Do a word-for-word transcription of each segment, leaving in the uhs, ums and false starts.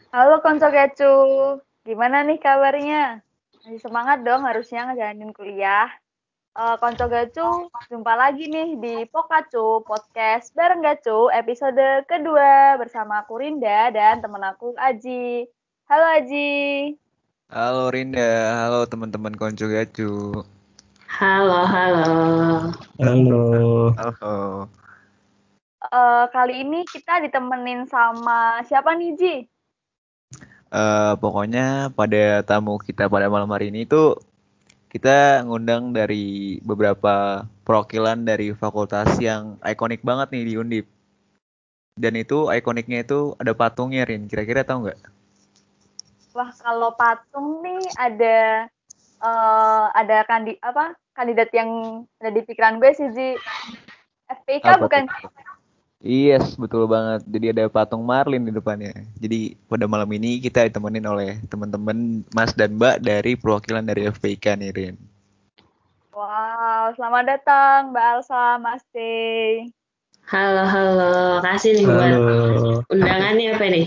Halo Konco Gacu, gimana nih kabarnya? Masih semangat dong harusnya ngejalanin kuliah. Eh Konco Gacu, jumpa lagi nih di Pokacu Podcast bareng Gacu episode kedua bersama aku Rinda dan temen aku Aji. Halo Aji. Halo Rinda, halo teman-teman Konco Gacu. Halo, halo. Halo, Halo. Eh kali ini kita ditemenin sama siapa nih Ji? Eh, pokoknya pada tamu kita pada malam hari ini tuh kita ngundang dari beberapa perwakilan dari fakultas yang ikonik banget nih di Undip. Dan itu ikoniknya itu ada patungnya Rin. Kira-kira tahu nggak? Wah kalau patung nih ada eh ada kandi apa kandidat yang ada di pikiran gue sih Ji. F P I K Apa tuh? bukan? Yes, betul banget. Jadi ada patung Marlin di depannya. Jadi pada malam ini kita ditemenin oleh teman-teman Mas dan Mbak dari perwakilan dari F P I K nih Rin. Wow, selamat datang Mbak Alsa, Mas D. Halo, halo. Kasih nih buat halo. undangannya apa nih?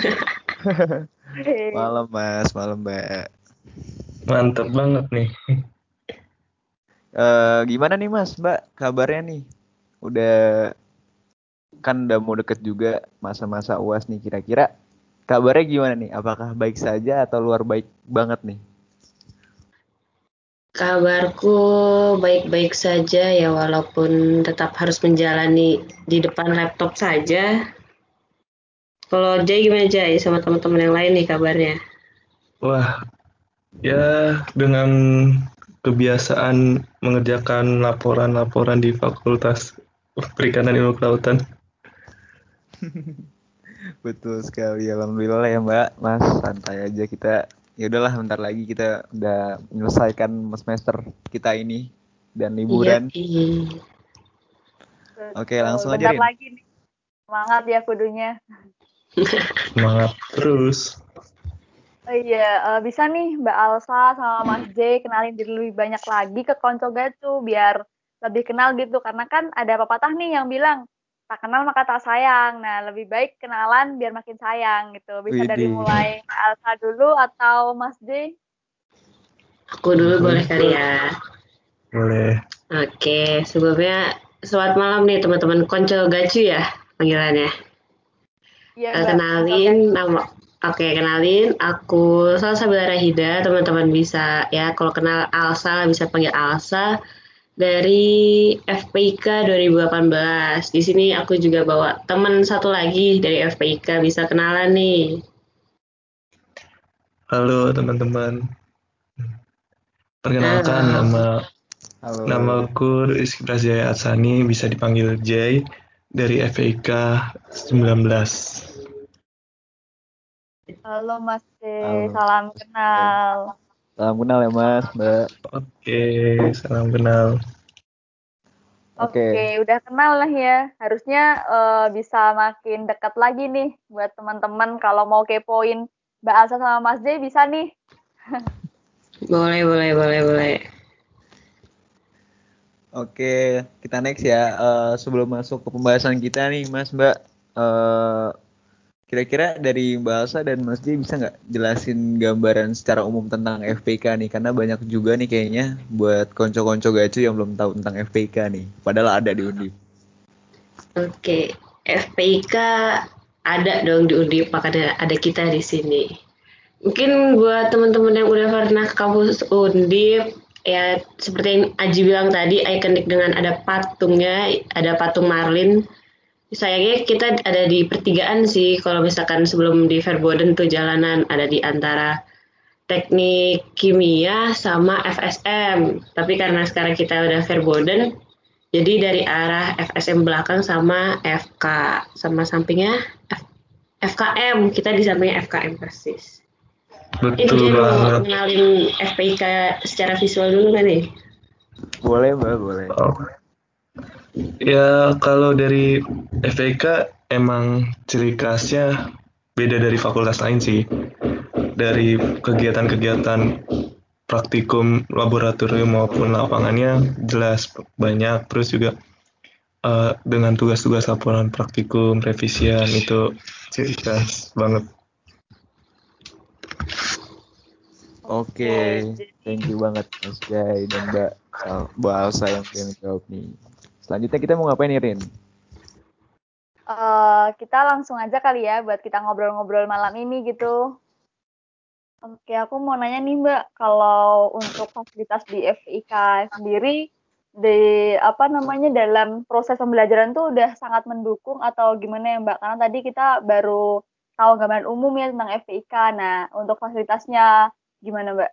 Malam Mas, malam Mbak. Mantap banget nih. Eh, gimana nih Mas, Mbak, kabarnya nih? Udah kan udah mau deket juga masa-masa U A S nih kira-kira. Kabarnya gimana nih? Apakah baik saja atau luar baik banget nih? Kabarku baik-baik saja ya walaupun tetap harus menjalani di depan laptop saja. Kalau Jay gimana Jay sama teman-teman yang lain nih kabarnya? Wah, ya dengan kebiasaan mengerjakan laporan-laporan di Fakultas Perikanan Ilmu Kelautan. Betul sekali, alhamdulillah ya Mbak. Mas, santai aja kita. Ya udahlah, bentar lagi kita udah menyelesaikan semester kita ini dan Iya, liburan. iya. Oke, Betul, langsung aja bentar Rin. lagi nih. Semangat ya kudunya. Semangat terus. Oh iya, eh, bisa nih Mbak Alsa sama Mas J kenalin diri lebih banyak lagi ke Konco Gacu biar lebih kenal gitu. Karena kan ada pepatah nih yang bilang, tak kenal maka tak sayang. Nah, lebih baik kenalan biar makin sayang gitu. Bisa dari Widih. mulai Mbak Alsa dulu atau Mas J? Aku dulu boleh Boleh, kali ya. boleh. Oke, sebelumnya selamat malam nih teman-teman Konco Gacu ya panggilannya. Iya Eh, Mbak, Konco kenalin Gacu. nama Oke, kenalin aku Salsabila Rahida. Teman-teman bisa ya kalau kenal Alsa bisa panggil Alsa dari F P I K dua ribu delapan belas. Di sini aku juga bawa teman satu lagi dari F P I K bisa kenalan nih. Halo teman-teman. Perkenalkan Halo. nama Halo. namaku Rizky Prasetya Atsani, bisa dipanggil Jay dari F I K sembilan belas. Halo Mas J, Halo. salam kenal. Salam kenal ya Mas, Mbak. Oke, salam kenal. Oke, Oke. udah kenal lah ya. Harusnya eh, bisa makin dekat lagi nih buat teman-teman kalau mau kepoin Mbak Alsa sama Mas J bisa nih. Boleh, boleh, boleh, boleh. Oke, kita next ya. Eh, sebelum masuk ke pembahasan kita nih, Mas, Mbak, eh, kira-kira dari Mbak Alsa dan Mas J bisa nggak jelasin gambaran secara umum tentang F P K nih? Karena banyak juga nih kayaknya buat konco-konco gacu yang belum tahu tentang F P K nih. Padahal ada di Undip. Oke, F P I K ada dong di Undip, makanya ada kita di sini. Mungkin buat teman-teman yang udah pernah ke kampus Undip, ya seperti yang Aji bilang tadi, ikonik dengan ada patungnya, ada patung Marlin. Sayangnya kita ada di pertigaan sih, kalau misalkan sebelum di Verboden tuh jalanan ada di antara teknik kimia sama F S M. Tapi karena sekarang kita udah Verboden, jadi dari arah F S M belakang sama F K, sama sampingnya F, FKM, kita di sampingnya F K M persis. Ini Betul dia mau banget. kenalin F P I K secara visual dulu kan nih? Boleh, Mbak, boleh. Oh, ya kalau dari F I K emang ciri khasnya beda dari fakultas lain sih. Dari kegiatan-kegiatan praktikum laboratorium maupun lapangannya jelas banyak. Terus juga eh, dengan tugas-tugas laporan praktikum, revisian itu ciri khas banget. Oke, thank you banget Mas Jai dan Mbak Sal- Mbak Alsa yang udah menjawab nih. Selanjutnya kita mau ngapain nih, Rin? Eh, kita langsung aja kali ya buat kita ngobrol-ngobrol malam ini gitu. Oke, aku mau nanya nih Mbak, kalau untuk fasilitas di F I K sendiri di apa namanya dalam proses pembelajaran tuh udah sangat mendukung atau gimana ya Mbak? Karena tadi kita baru tahu gambaran umum ya tentang F I K. Nah, untuk fasilitasnya gimana Mbak?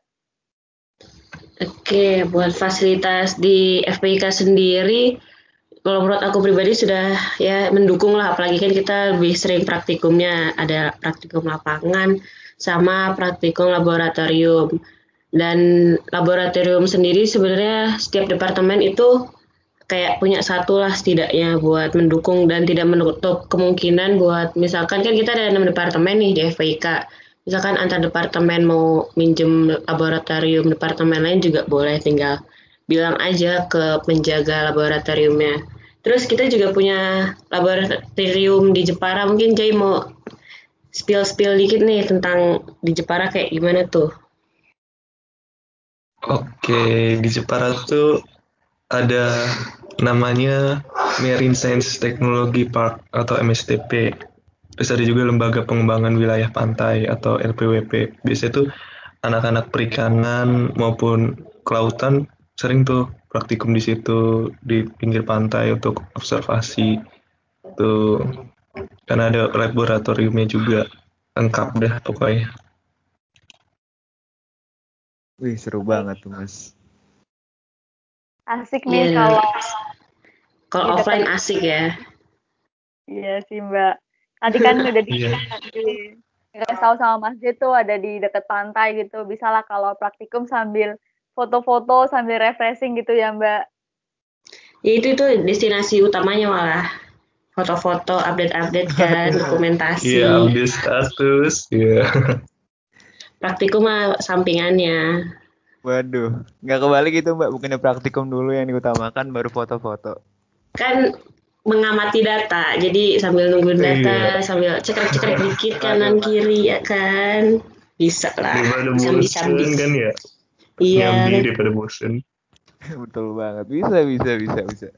Oke, buat fasilitas di F P I K sendiri, kalau menurut aku pribadi sudah ya mendukung lah, apalagi kan kita lebih sering praktikumnya, ada praktikum lapangan sama praktikum laboratorium. Dan laboratorium sendiri sebenarnya setiap departemen itu kayak punya satu lah setidaknya buat mendukung dan tidak menutup kemungkinan buat misalkan kan kita ada enam departemen nih di F I K. Misalkan antar departemen mau minjem laboratorium departemen lain juga boleh, tinggal bilang aja ke penjaga laboratoriumnya. Terus kita juga punya laboratorium di Jepara, mungkin Jay mau spill-spill dikit nih tentang di Jepara kayak gimana tuh. Oke, di Jepara tuh ada namanya Marine Science Technology Park atau M S T P. Terus ada juga Lembaga Pengembangan Wilayah Pantai atau L P W P. Biasanya tuh anak-anak perikanan maupun kelautan sering tuh praktikum di situ di pinggir pantai untuk observasi tuh. Karena ada laboratoriumnya juga lengkap deh pokoknya. Wih, seru banget tuh, Mas. Asik nih Iya, kalau kalau di dekat. offline asik ya. Iya sih Mbak. Tadi kan udah di, Iya. di dikasih tahu sama Mas J tuh ada di dekat pantai gitu. Bisa lah kalau praktikum sambil foto-foto sambil refreshing gitu ya Mbak. Ya itu itu destinasi utamanya malah. Foto-foto, update-update kan, Iya, dokumentasi. update status. Iya. Praktikum mah sampingannya. Waduh, nggak kebalik gitu Mbak. Bukannya praktikum dulu yang diutamakan, baru foto-foto. Kan mengamati data, jadi sambil nungguin data, Iya. sambil cekrek-cekrek dikit Waduh, kanan mantap. kiri ya kan. Bisa lah, Daripada sambi-sambi. bosen kan ya. Nyambi Iya, daripada bosen. Betul banget. Bisa, bisa, bisa, bisa.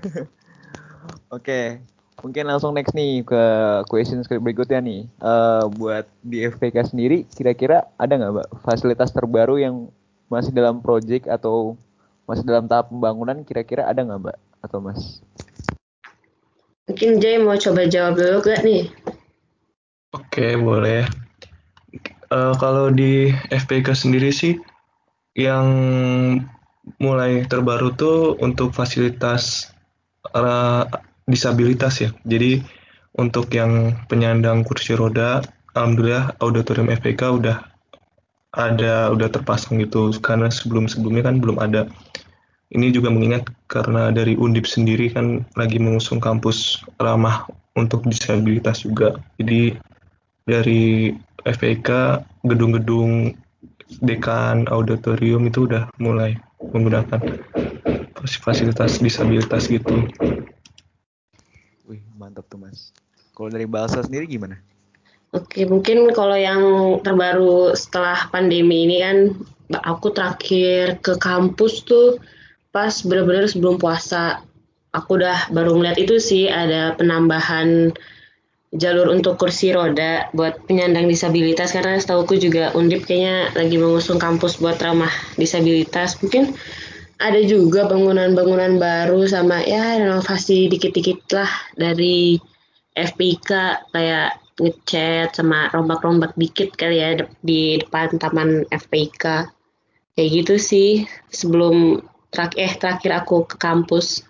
Oke, mungkin langsung next nih ke question berikutnya nih. Eh, buat di F P K sendiri, kira-kira ada nggak Mbak fasilitas terbaru yang masih dalam project atau masih dalam tahap pembangunan? Kira-kira ada nggak Mbak atau Mas? mungkin Jay mau coba jawab dulu gak nih? Oke, boleh. Eh, kalau di F P K sendiri sih yang mulai terbaru tuh untuk fasilitas eh, disabilitas ya. Jadi untuk yang penyandang kursi roda, alhamdulillah auditorium F P K udah ada udah terpasang gitu karena sebelum-sebelumnya kan belum ada. Ini juga mengingat karena dari Undip sendiri kan lagi mengusung kampus ramah untuk disabilitas juga. Jadi dari F P K gedung-gedung dekan auditorium itu udah mulai menggunakan fasilitas disabilitas gitu. Wih, mantap tuh Mas. Kalau dari Balsa sendiri gimana? Oke, mungkin kalau yang terbaru setelah pandemi ini kan, aku terakhir ke kampus tuh pas bener-bener sebelum puasa. Aku udah baru ngeliat itu sih ada penambahan jalur untuk kursi roda buat penyandang disabilitas karena setauku juga Undip kayaknya lagi mengusung kampus buat ramah disabilitas. Mungkin ada juga bangunan-bangunan baru sama ya renovasi dikit-dikit lah dari F P I K kayak ngecat sama rombak-rombak dikit kali ya di depan taman F P I K. Kayak gitu sih sebelum terakhir eh terakhir aku ke kampus.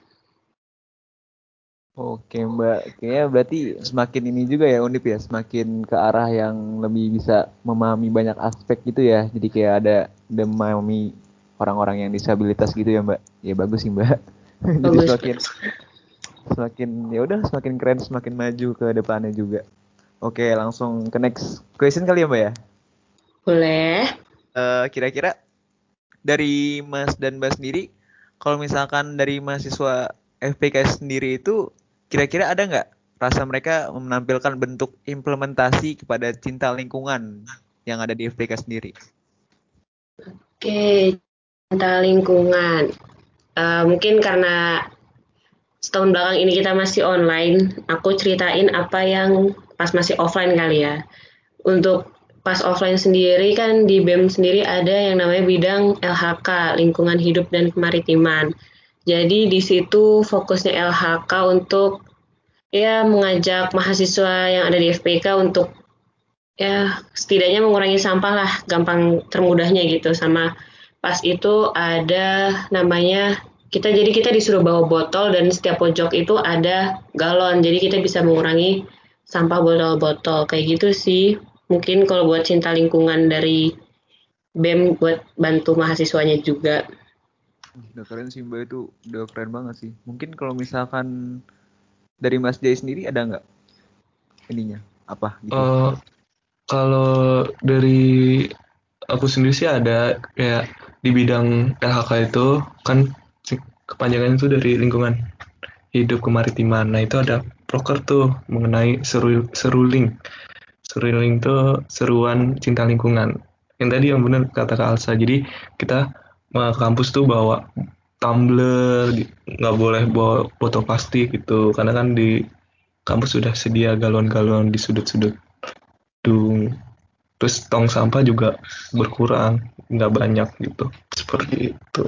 Oke Mbak, kayaknya berarti semakin ini juga ya Undip ya, semakin ke arah yang lebih bisa memahami banyak aspek gitu ya. Jadi kayak ada memahami orang-orang yang disabilitas gitu ya Mbak. Ya bagus sih Mbak. Jadi Bagus. semakin semakin ya udah semakin keren, semakin maju ke depannya juga. Oke, langsung ke next question kali ya Mbak ya. Boleh. Eh, kira-kira dari Mas dan Mbak sendiri, kalau misalkan dari mahasiswa F P K sendiri itu, kira-kira ada nggak rasa mereka menampilkan bentuk implementasi kepada cinta lingkungan yang ada di F P K sendiri? Oke, cinta lingkungan. Eh, mungkin karena setahun belakang ini kita masih online, aku ceritain apa yang pas masih offline kali ya. Untuk pas offline sendiri kan di B E M sendiri ada yang namanya bidang L H K, Lingkungan Hidup dan Kemaritiman. Jadi di situ fokusnya L H K untuk ya mengajak mahasiswa yang ada di F P K untuk ya setidaknya mengurangi sampah lah, gampang termudahnya gitu. Sama pas itu ada namanya kita jadi kita disuruh bawa botol dan setiap pojok itu ada galon, jadi kita bisa mengurangi sampah botol-botol kayak gitu sih. Mungkin kalau buat cinta lingkungan dari B E M buat bantu mahasiswanya juga. Udah keren sih Mbak, itu udah keren banget sih. Mungkin kalau misalkan dari Mas Jai sendiri ada nggak ininya apa gitu? Eh, kalau dari aku sendiri sih ada kayak di bidang L H K itu kan si- kepanjangannya itu dari lingkungan hidup kemaritiman. Nah itu ada proker tuh mengenai seru, seruling. Seruling itu seruan cinta lingkungan. Yang tadi yang benar kata Kak Alsa. Jadi kita ke kampus tuh bawa tumbler, nggak boleh bawa botol plastik gitu. Karena kan di kampus sudah sedia galon-galon di sudut-sudut gedung. Terus tong sampah juga berkurang, nggak banyak gitu. Seperti itu.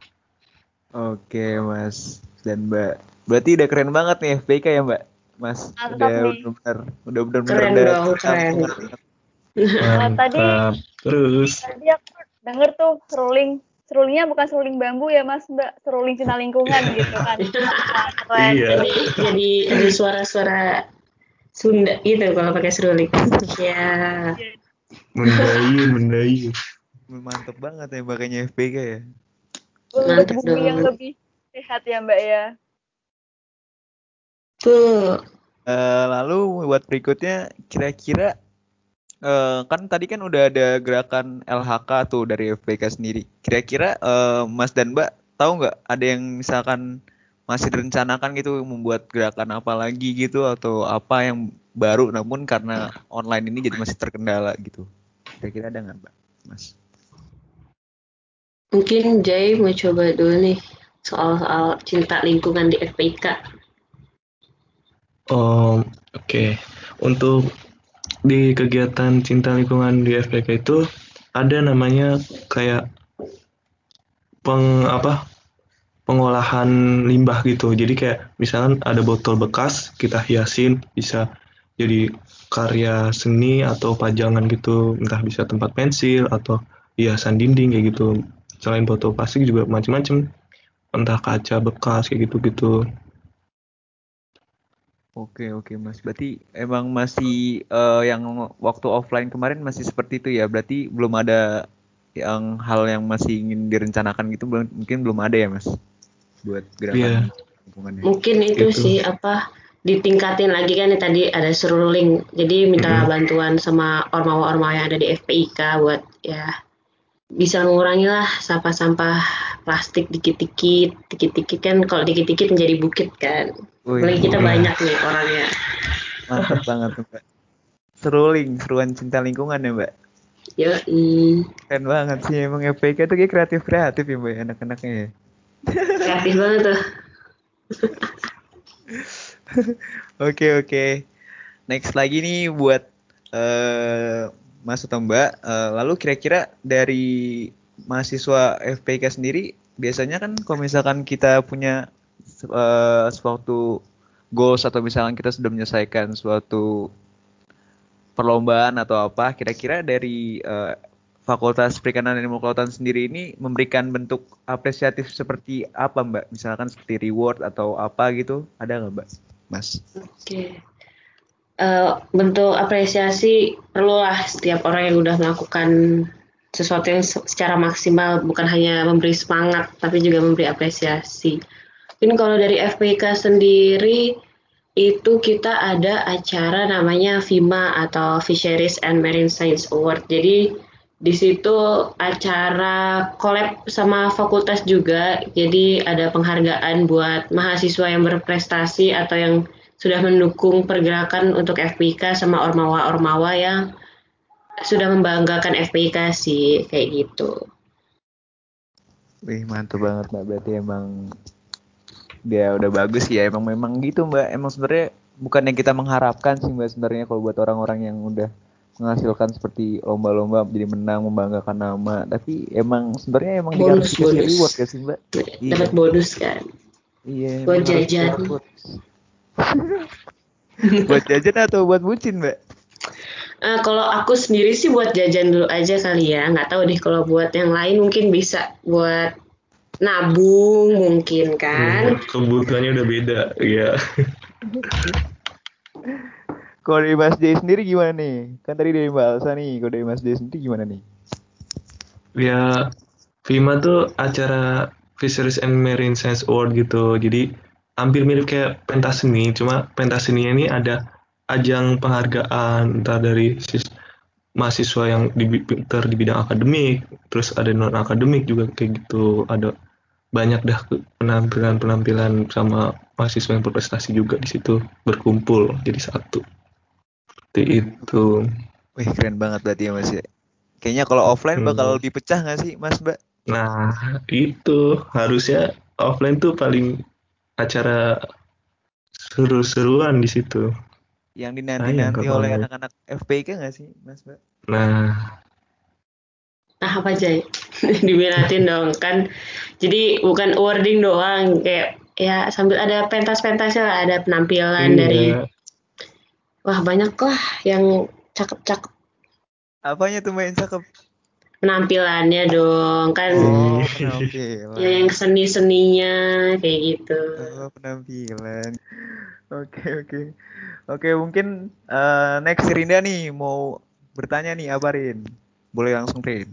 Oke Mas dan Mbak. Berarti udah keren banget nih F P K ya Mbak. Mas udah Mantap nih. benar-benar udah benar-benar Keren udah dong, cinta keren. lingkungan banget. Oh, tadi Mantap. Terus, tadi aku denger tuh seruling. Serulingnya bukan seruling bambu ya Mas, Mbak. Seruling cinta lingkungan gitu kan. Wah, keren. iya, Jadi jadi ada suara-suara Sunda gitu kalau pakai seruling. Ya, Iya. mendayun, mendayun. Mantep banget ya makanya F P K ya. Untuk mantap bumi yang dong. lebih sehat ya Mbak ya. Tuh, Eh, lalu buat berikutnya kira-kira eh, kan tadi kan udah ada gerakan L H K tuh dari F P K sendiri. Kira-kira eh, Mas dan Mbak tahu nggak ada yang misalkan masih direncanakan gitu membuat gerakan apa lagi gitu atau apa yang baru namun karena online ini jadi masih terkendala gitu. Kira-kira ada nggak Mbak? Mas? mungkin Jay mau coba dulu nih soal-soal cinta lingkungan di F P I K. Oh, oke. Untuk di kegiatan cinta lingkungan di F P K itu ada namanya kayak peng apa pengolahan limbah gitu. Jadi kayak misalkan ada botol bekas kita hiasin bisa jadi karya seni atau pajangan gitu, entah bisa tempat pensil atau hiasan dinding kayak gitu. Selain botol plastik juga macam-macam, entah kaca bekas kayak gitu-gitu. Oke oke Mas. Berarti emang masih eh, yang waktu offline kemarin masih seperti itu ya. Berarti belum ada yang hal yang masih ingin direncanakan gitu belum mungkin belum ada ya Mas buat gerakan Iya, lingkungannya. Mungkin itu itu. sih apa ditingkatin lagi kan nih tadi ada seruling. Jadi minta Mm-mm. bantuan sama ormawa-ormawa yang ada di F P I K buat ya bisa mengurangi lah sampah-sampah plastik dikit-dikit, dikit-dikit kan kalau dikit-dikit menjadi bukit kan. Wih, Apalagi kita Nah, banyak nih orangnya. mantep banget tuh Mbak. Seruling, seruan cinta lingkungan ya Mbak. Yoi, Keren banget sih emang F P K tuh kayak kreatif-kreatif ya Mbak anak-anaknya ya. kreatif banget tuh. Oke oke. Next lagi nih buat eh Mas atau Mbak. Eh, lalu kira-kira dari mahasiswa F P K sendiri biasanya kan kalau misalkan kita punya eh, suatu goals atau misalkan kita sudah menyelesaikan suatu perlombaan atau apa, kira-kira dari eh, Fakultas Perikanan dan Ilmu Kelautan sendiri ini memberikan bentuk apresiatif seperti apa Mbak? Misalkan seperti reward atau apa gitu, ada nggak Mbak? Mas? Oke. Eh, bentuk apresiasi perlulah setiap orang yang udah melakukan sesuatu yang se- secara maksimal, bukan hanya memberi semangat tapi juga memberi apresiasi. Mungkin kalau dari F P K sendiri itu kita ada acara namanya FIMA atau Fisheries and Marine Science Award. Jadi di situ acara collab sama fakultas juga. Jadi ada penghargaan buat mahasiswa yang berprestasi atau yang sudah mendukung pergerakan untuk F P I K sama ormawa-ormawa yang sudah membanggakan F P I K sih kayak gitu. Wih, mantap banget Mbak. Berarti emang dia udah bagus ya. Emang memang gitu Mbak. Emang sebenarnya bukan yang kita mengharapkan sih Mbak sebenarnya kalau buat orang-orang yang udah menghasilkan seperti lomba-lomba jadi menang membanggakan nama. Tapi emang sebenarnya emang Bonus dikasih kasih bonus. reward ya sih Mbak. Dapat Iya. bonus kan. Iya, Buat emang harus jajan. reward. Buat jajan atau buat bucin Mbak? Eh, kalau aku sendiri sih buat jajan dulu aja kali ya. Nggak tahu deh kalau buat yang lain mungkin bisa buat nabung mungkin Iya, kan. kebutuhannya udah beda. Iya. Kalau dari Mas J sendiri gimana nih? Kan tadi dari Mbak Elsa nih. Kalau dari Mas J sendiri gimana nih? Ya, FIMA tuh acara Fisheries and Marine Science Award gitu. Jadi hampir mirip kayak pentas seni, cuma pentas seninya ini ada ajang penghargaan entah dari sis- mahasiswa yang di, pinter di bidang akademik, terus ada non akademik juga kayak gitu. Ada banyak dah penampilan-penampilan sama mahasiswa yang berprestasi juga di situ berkumpul jadi satu. Seperti itu. Wih, keren banget berarti ya Mas ya. Kayaknya kalau offline bakal Hmm. lebih pecah nggak sih Mas Mbak? Nah, itu harusnya offline tuh paling acara seru-seruan di situ. Yang Sayang dinanti-nanti kalau oleh nggak. anak-anak F P I K nggak sih Mas Mbak? Nah, Nah apa aja diminatin dong kan. Jadi bukan awarding doang kayak ya sambil ada pentas-pentasnya lah, ada penampilan dari iya. wah banyak lah yang cakep-cakep Apanya tuh Mbak yang cakep? penampilannya dong kan Oh, Ih, ya yang penampilan. seni-seninya kayak gitu. Oh, penampilan. Oke, oke. Oke, mungkin eh, next Rinda nih mau bertanya nih, apa Rin? Boleh langsung Rin.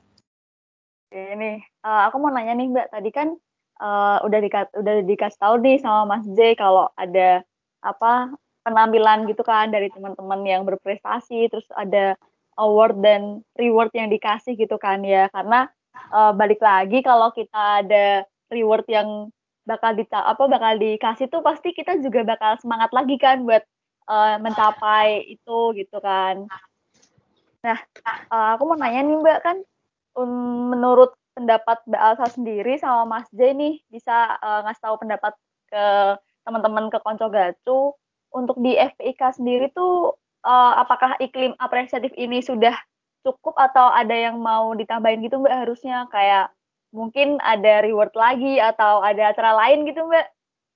Oke, nih, eh, aku mau nanya nih Mbak, tadi kan eh, udah di udah dikasih tahu nih sama Mas J kalau ada apa penampilan gitu kan dari teman-teman yang berprestasi, terus ada award dan reward yang dikasih gitu kan ya. Karena eh, balik lagi kalau kita ada reward yang bakal dita apa bakal dikasih tuh pasti kita juga bakal semangat lagi kan buat eh, mencapai itu gitu kan. Nah, eh, aku mau nanya nih Mbak kan um, menurut pendapat Mbak Alsa sendiri sama Mas J nih bisa uh, ngasih tahu pendapat ke teman-teman ke Konco Gacu untuk di F I K sendiri tuh uh, apakah iklim apresiatif ini sudah cukup atau ada yang mau ditambahin gitu Mbak harusnya kayak mungkin ada reward lagi atau ada acara lain gitu Mbak?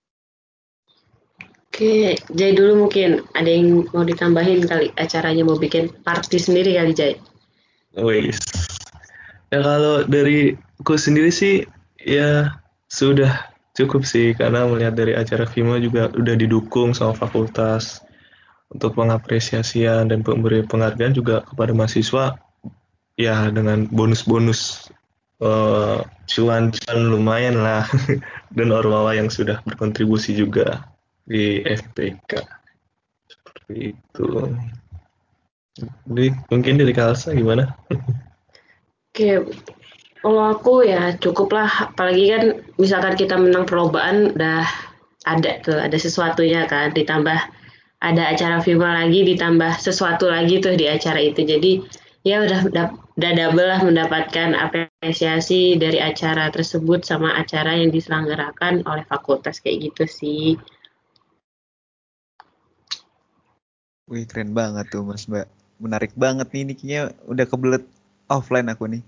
Oke, Jai dulu mungkin ada yang mau ditambahin kali acaranya mau bikin party sendiri kali Jai. wis. Ya kalau dari aku sendiri sih ya sudah cukup sih karena melihat dari acara FIMA juga udah didukung sama fakultas untuk pengapresiasian dan pemberi penghargaan juga kepada mahasiswa ya dengan bonus-bonus eh, cuan-cuan lumayan lah dan ormawa yang sudah berkontribusi juga di F P K itu. Jadi mungkin dari Kalsa gimana? Oke, kalau aku ya cukup lah, apalagi kan misalkan kita menang perlombaan udah ada tuh, ada sesuatunya kan, ditambah ada acara FIMA lagi, ditambah sesuatu lagi tuh di acara itu. Jadi ya udah udah double lah mendapatkan apresiasi dari acara tersebut sama acara yang diselenggarakan oleh fakultas kayak gitu sih. Wih, keren banget tuh Mas Mbak. Menarik banget nih, ini kayaknya udah kebelet offline aku nih.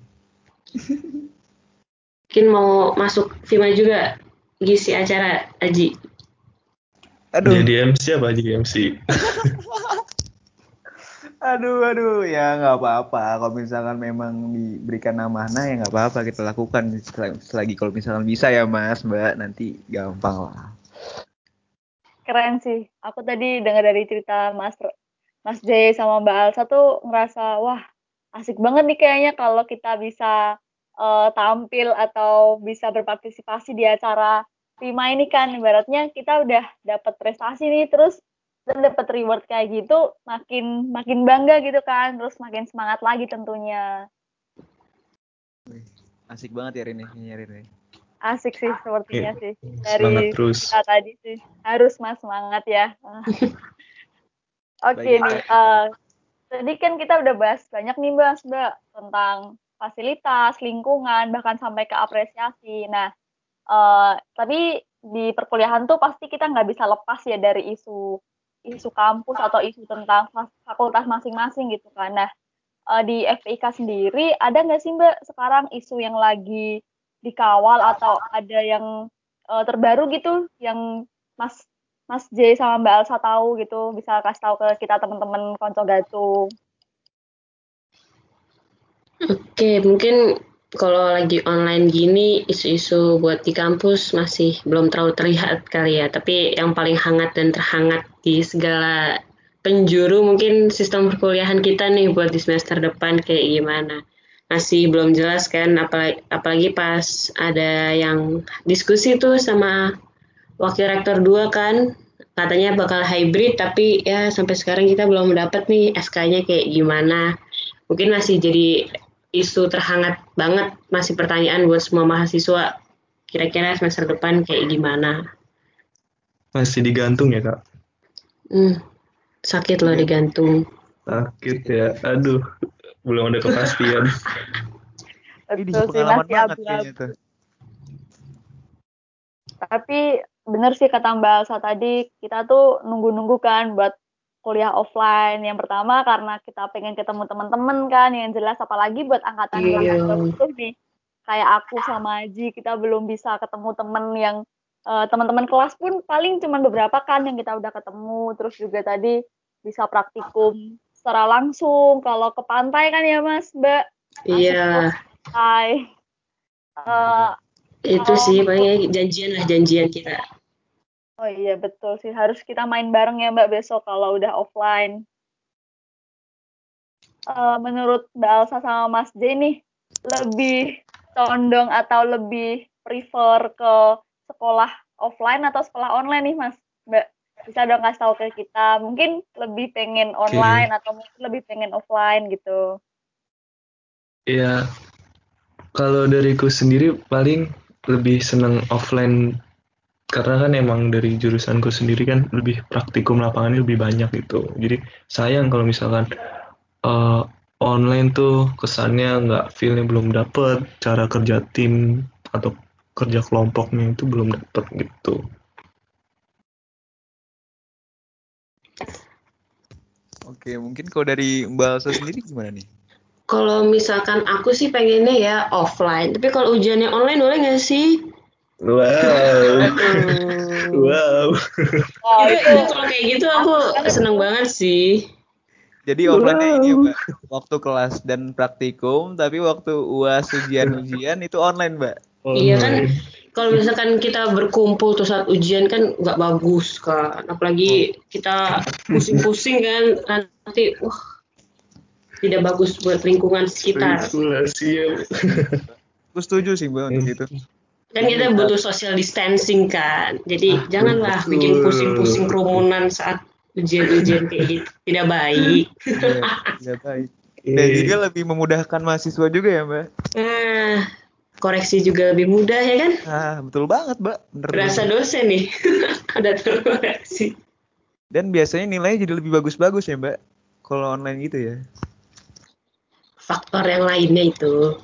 Mungkin mau masuk FIMA juga ngisi acara Aji. Aduh, Jadi M C apa jadi M C? aduh, aduh, ya nggak apa-apa. Kalau misalkan memang diberikan amanah ya nggak apa-apa kita lakukan Sel- selagi kalau misalkan bisa ya Mas Mbak nanti gampang lah. Keren sih. Aku tadi dengar dari cerita Mas Mas J sama Mbak Alsa tuh ngerasa wah asik banget nih kayaknya kalau kita bisa eh, tampil atau bisa berpartisipasi di acara Prima ini kan ibaratnya kita udah dapat prestasi nih terus dan dapat reward kayak gitu makin makin bangga gitu kan terus makin semangat lagi tentunya. Wih, asik banget ya Rin ya, kayaknya Rin ya. Asik sih Ya, sepertinya sih semangat dari terus. cerita tadi sih harus mas semangat ya. Oke Bagi nih, keren. eh, tadi kan kita udah bahas banyak nih Mbak, Mbak tentang fasilitas, lingkungan, bahkan sampai ke apresiasi. Nah, uh, tapi di perkuliahan tuh pasti kita nggak bisa lepas ya dari isu isu kampus atau isu tentang fakultas masing-masing gitu kan. Nah, uh, di F P I K sendiri ada nggak sih Mbak sekarang isu yang lagi dikawal atau ada yang uh, terbaru gitu yang Mas Mas J sama Mbak Elsa tahu gitu, bisa kasih tahu ke kita teman-teman konco gatung. Oke, mungkin kalau lagi online gini, isu-isu buat di kampus masih belum terlalu terlihat kali ya. Tapi yang paling hangat dan terhangat di segala penjuru mungkin sistem perkuliahan kita nih buat di semester depan kayak gimana. Masih belum jelas kan, apalagi, apalagi pas ada yang diskusi tuh sama Wakil Rektor dua kan, katanya bakal hybrid, tapi ya sampai sekarang kita belum dapat nih S K-nya kayak gimana. Mungkin masih jadi isu terhangat banget, masih pertanyaan buat semua mahasiswa, kira-kira semester depan kayak gimana. Masih digantung ya kak? Hmm, sakit loh digantung. Sakit ya, aduh, belum ada kepastian. Betul sih, masih abu-abu. Tapi bener sih kata Mbak Elsa tadi, kita tuh nunggu-nunggu kan buat kuliah offline. Yang pertama karena kita pengen ketemu teman-teman kan, yang jelas apalagi buat angkatan Iya. dua ribu dua puluh nih. Kayak aku sama Aji, kita belum bisa ketemu temen yang uh, teman-teman kelas pun paling cuma beberapa kan yang kita udah ketemu. Terus juga tadi bisa praktikum secara langsung. Kalau ke pantai kan ya Mas, Mbak. Iya. Pantai. Uh, itu sih paling janjian lah janjian kita. Oh iya betul sih, harus kita main bareng ya Mbak besok kalau udah offline. Uh, menurut Mbak Elsa sama Mas J nih, lebih condong atau lebih prefer ke sekolah offline atau sekolah online nih Mas? Mbak, bisa dong kasih tahu ke kita. Mungkin lebih pengen online okay. atau mungkin lebih pengen offline gitu. Iya, kalau dariku sendiri paling lebih seneng offline. Karena kan emang dari jurusanku sendiri kan lebih praktikum lapangannya lebih banyak gitu. Jadi sayang kalau misalkan uh, online tuh kesannya nggak feel-nya belum dapet, cara kerja tim atau kerja kelompoknya itu belum dapet gitu. Oke, mungkin kalau dari Mbak Elsa sendiri gimana nih? Kalau misalkan aku sih pengennya ya offline, tapi kalau ujiannya online boleh nggak sih? Wow. wow. Wow. Itu, itu kalau kayak gitu aku seneng banget sih. Jadi offline-nya wow. ini ya Mbak, waktu kelas dan praktikum, tapi waktu U A S ujian-ujian itu online Mbak. Oh, iya kan, kalau misalkan kita berkumpul tuh saat ujian kan nggak bagus kan, apalagi kita pusing-pusing kan, nanti wah tidak bagus buat lingkungan sekitar. Aku setuju sih Mbak untuk itu. Kan kita butuh social distancing kan, jadi ah, janganlah betul. Bikin pusing-pusing kerumunan saat ujian-ujian kayak gitu, tidak baik. Iya, tidak baik. Dan juga lebih memudahkan mahasiswa juga ya Mbak. Nah, koreksi juga lebih mudah ya kan? Ah, betul banget Mbak. Bener, Berasa bener. Dosen nih, ada terkoreksi. Dan biasanya nilainya jadi lebih bagus-bagus ya Mbak, kalau online gitu ya. Faktor yang lainnya itu.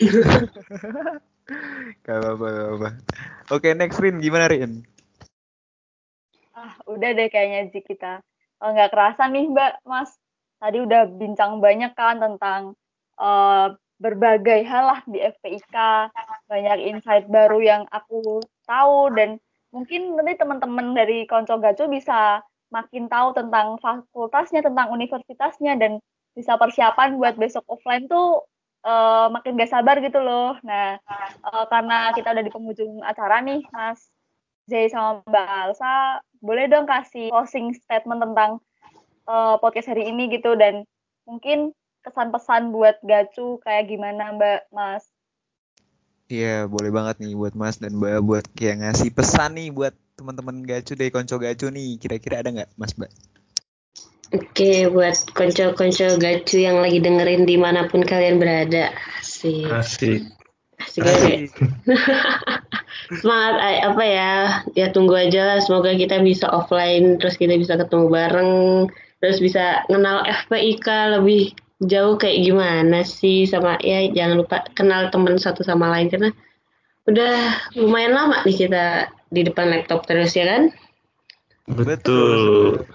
Gak apa-apa, gak apa-apa. Oke, next Rin, gimana Rin? Ah, udah deh kayaknya Ji kita. Nggak kerasa nih Mbak, Mas. Tadi udah bincang banyak kan tentang uh, berbagai hal lah di F P I K. Banyak insight baru yang aku tahu dan mungkin nanti teman-teman dari Konco Gaco bisa makin tahu tentang fakultasnya, tentang universitasnya dan bisa persiapan buat besok offline tuh uh, makin gak sabar gitu loh. Nah, uh, karena kita udah di penghujung acara nih, Mas Jay sama Mbak Alsa, boleh dong kasih closing statement tentang uh, podcast hari ini gitu dan mungkin kesan-pesan buat Gacu kayak gimana Mbak Mas? Iya, boleh banget nih buat Mas dan Mbak buat kayak ngasih pesan nih buat teman-teman Gacu dari Konco Gacu nih. Kira-kira ada nggak Mas Mbak? Oke, buat konco-konco Gacu yang lagi dengerin dimanapun kalian berada. Asik. Asik. Asik. Asik. Semangat apa ya? Ya tunggu aja lah. Semoga kita bisa offline, terus kita bisa ketemu bareng, terus bisa kenal F P I K lebih jauh kayak gimana sih, sama ya jangan lupa kenal temen satu sama lain karena udah lumayan lama nih kita di depan laptop terus ya kan. Betul.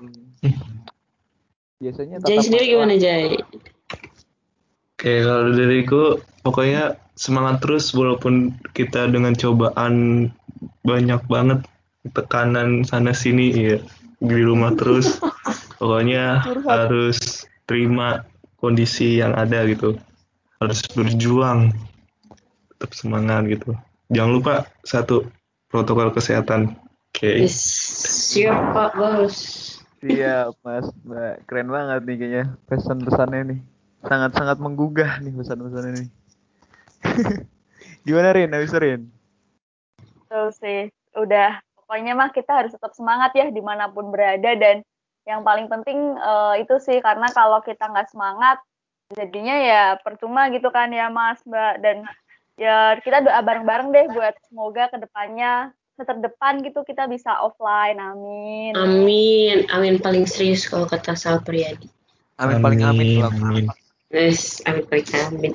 Biasanya Jai tatap sendiri muka. gimana Jai? Oke, kalau dariku pokoknya semangat terus walaupun kita dengan cobaan banyak banget, tekanan sana sini ya, di rumah terus. Pokoknya Curhat. harus terima kondisi yang ada gitu. Harus berjuang, tetap semangat gitu. Jangan lupa satu, protokol kesehatan. Oke. Yes, siap Pak Bos. Siap Mas Mbak, keren banget nih kayaknya pesan-pesannya nih. Sangat-sangat menggugah nih pesan-pesannya nih. Gimana Rin, habis itu, Rin? Betul sih, udah pokoknya mah kita harus tetap semangat ya dimanapun berada, dan yang paling penting eh, itu sih, karena kalau kita nggak semangat jadinya ya percuma gitu kan ya Mas Mbak, dan ya kita doa bareng-bareng deh buat semoga kedepannya terdepan gitu kita bisa offline, amin. Amin, amin paling serius kalau kata Sal Priadi. Amin, paling amin kalau aku. Amin. Yes, amin paling amin.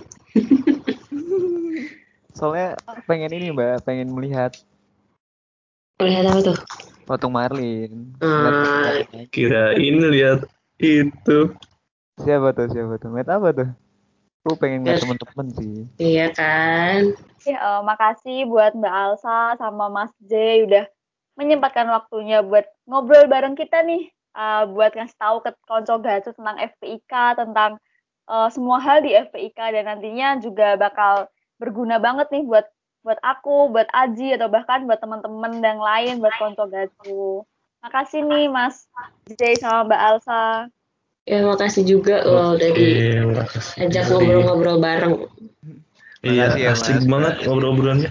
Soalnya pengen ini Mbak, pengen melihat Melihat apa tuh? Patung Marlin. Ngeliat Hmm, Patung Marlin lagi. Kirain lihat itu. Siapa tuh, siapa tuh? Ngeliat apa tuh? Aku pengen ngeliat Lihat. temen-temen sih. Iya kan? Eh, eh, makasih buat Mbak Alsa sama Mas J udah menyempatkan waktunya buat ngobrol bareng kita nih, uh, buat ngasih tahu ke konco gacu tentang F P I K, tentang uh, semua hal di F P I K, dan nantinya juga bakal berguna banget nih buat buat aku, buat Aji, atau bahkan buat teman-teman yang lain, buat konco gacu. Makasih nih Mas J sama Mbak Alsa. Ya makasih juga loh udah Oke, makasih diajak Putri. ngobrol-ngobrol bareng. Iya, Makasih ya asik Mas. banget ngobrol-ngobrolnya.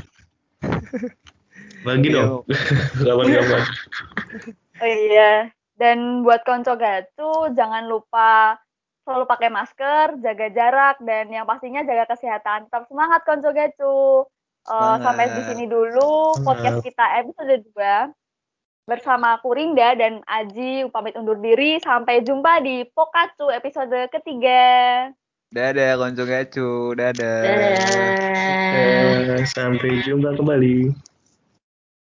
Lagi Iya. dong. Kapan-kapan. Oh iya, dan buat konco gacu jangan lupa selalu pakai masker, jaga jarak, dan yang pastinya jaga kesehatan. Tetap semangat konco gacu. Uh, sampai di Semangat. sini dulu podcast Semangat. kita episode dua bersama aku Rinda dan Aji pamit undur diri. Sampai jumpa di Pokacu episode ketiga. Dadah konco gacu, dadah. Dadah. Eh, sampai jumpa kembali.